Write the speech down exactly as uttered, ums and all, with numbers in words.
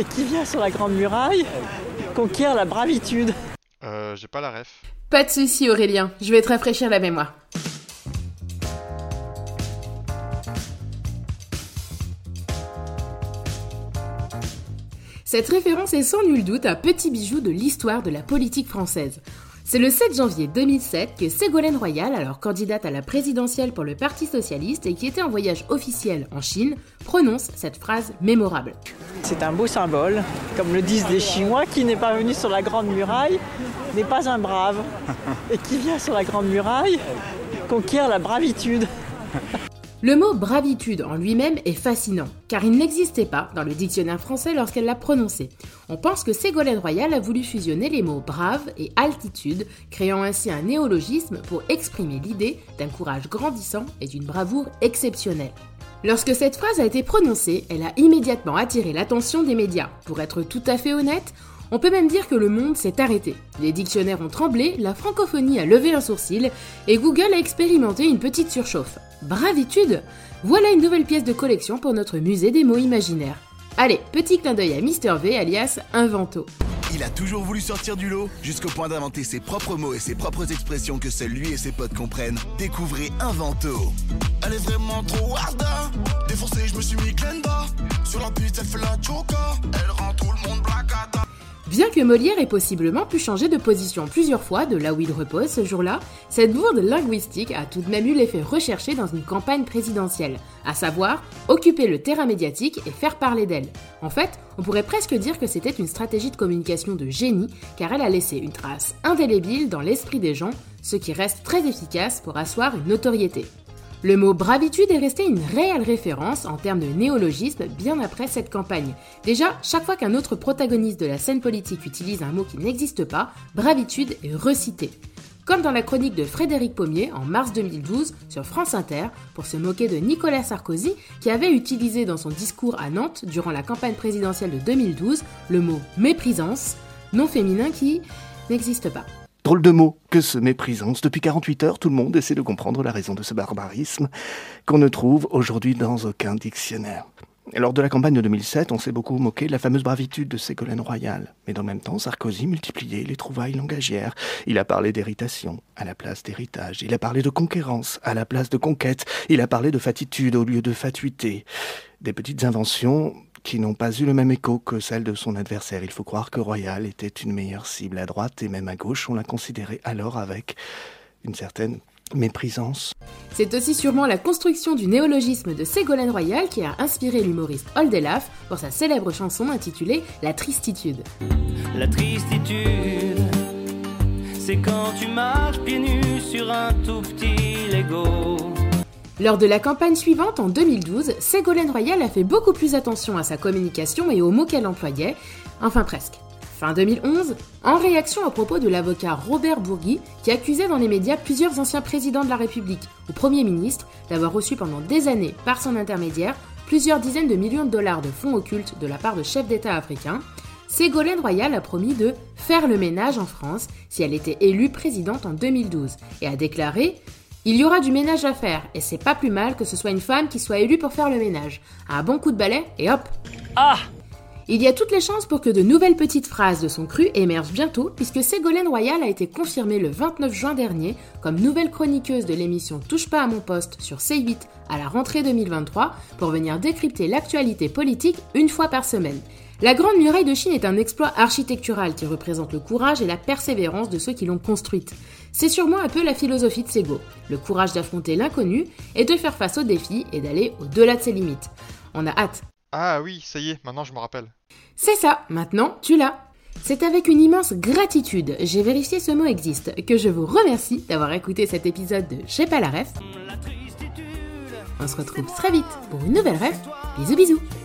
et qui vient sur la Grande Muraille conquérir la bravitude. Euh, j'ai pas la ref. Pas de souci Aurélien, je vais te rafraîchir la mémoire. Cette référence est sans nul doute un petit bijou de l'histoire de la politique française. C'est le sept janvier deux mille sept que Ségolène Royal, alors candidate à la présidentielle pour le Parti Socialiste et qui était en voyage officiel en Chine, prononce cette phrase mémorable. C'est un beau symbole, comme le disent les Chinois, qui n'est pas venu sur la Grande Muraille n'est pas un brave, et qui vient sur la Grande Muraille conquérir la bravitude. Le mot bravitude en lui-même est fascinant, car il n'existait pas dans le dictionnaire français lorsqu'elle l'a prononcé. On pense que Ségolène Royal a voulu fusionner les mots brave et altitude, créant ainsi un néologisme pour exprimer l'idée d'un courage grandissant et d'une bravoure exceptionnelle. Lorsque cette phrase a été prononcée, elle a immédiatement attiré l'attention des médias. Pour être tout à fait honnête, on peut même dire que le monde s'est arrêté. Les dictionnaires ont tremblé, la francophonie a levé un sourcil et Google a expérimenté une petite surchauffe. Bravitude ? Voilà une nouvelle pièce de collection pour notre musée des mots imaginaires. Allez, petit clin d'œil à Mister V alias Invento. Il a toujours voulu sortir du lot, jusqu'au point d'inventer ses propres mots et ses propres expressions que seuls lui et ses potes comprennent. Découvrez Invento. Elle est vraiment trop harda. Défoncé, je me suis mis Glenda. Sur la piste, elle fait la choca. Elle rend tout le monde blacata. Bien que Molière ait possiblement pu changer de position plusieurs fois de là où il repose ce jour-là, cette bourde linguistique a tout de même eu l'effet recherché dans une campagne présidentielle, à savoir occuper le terrain médiatique et faire parler d'elle. En fait, on pourrait presque dire que c'était une stratégie de communication de génie, car elle a laissé une trace indélébile dans l'esprit des gens, ce qui reste très efficace pour asseoir une notoriété. Le mot bravitude est resté une réelle référence en termes de néologisme bien après cette campagne. Déjà, chaque fois qu'un autre protagoniste de la scène politique utilise un mot qui n'existe pas, bravitude est recité. Comme dans la chronique de Frédéric Pommier en mars deux mille douze sur France Inter pour se moquer de Nicolas Sarkozy qui avait utilisé dans son discours à Nantes durant la campagne présidentielle de deux mille douze le mot méprisance, nom féminin qui n'existe pas. Drôle de mot que ce méprisance. Depuis quarante-huit heures, tout le monde essaie de comprendre la raison de ce barbarisme qu'on ne trouve aujourd'hui dans aucun dictionnaire. Lors de la campagne de deux mille sept, on s'est beaucoup moqué de la fameuse bravitude de Ségolène Royal. Mais dans le même temps, Sarkozy multipliait les trouvailles langagières. Il a parlé d'héritation à la place d'héritage. Il a parlé de conquérance à la place de conquête. Il a parlé de fatitude au lieu de fatuité. Des petites inventions qui n'ont pas eu le même écho que celle de son adversaire. Il faut croire que Royal était une meilleure cible à droite et même à gauche. On l'a considéré alors avec une certaine méprisance. C'est aussi sûrement la construction du néologisme de Ségolène Royal qui a inspiré l'humoriste Oldelaf pour sa célèbre chanson intitulée La Tristitude. La tristitude, c'est quand tu marches pieds nus sur un tout petit Lego. Lors de la campagne suivante, en deux mille douze, Ségolène Royal a fait beaucoup plus attention à sa communication et aux mots qu'elle employait, enfin presque. Fin deux mille onze, en réaction à propos de l'avocat Robert Bourgui, qui accusait dans les médias plusieurs anciens présidents de la République ou Premier ministre d'avoir reçu pendant des années, par son intermédiaire, plusieurs dizaines de millions de dollars de fonds occultes de la part de chefs d'État africains, Ségolène Royal a promis de faire le ménage en France si elle était élue présidente en deux mille douze et a déclaré « Il y aura du ménage à faire et c'est pas plus mal que ce soit une femme qui soit élue pour faire le ménage. Un bon coup de balai et hop !» Ah ! Il y a toutes les chances pour que de nouvelles petites phrases de son cru émergent bientôt puisque Ségolène Royal a été confirmée le vingt-neuf juin dernier comme nouvelle chroniqueuse de l'émission Touche pas à mon poste sur C huit à la rentrée deux mille vingt-trois pour venir décrypter l'actualité politique une fois par semaine. La Grande Muraille de Chine est un exploit architectural qui représente le courage et la persévérance de ceux qui l'ont construite. C'est sûrement un peu la philosophie de Ségo, le courage d'affronter l'inconnu et de faire face aux défis et d'aller au-delà de ses limites. On a hâte. Ah oui, ça y est, maintenant je me rappelle. C'est ça, maintenant tu l'as. C'est avec une immense gratitude, j'ai vérifié ce mot existe, que je vous remercie d'avoir écouté cet épisode de J'ai pas la ref. On se retrouve très vite pour une nouvelle ref. Bisous bisous.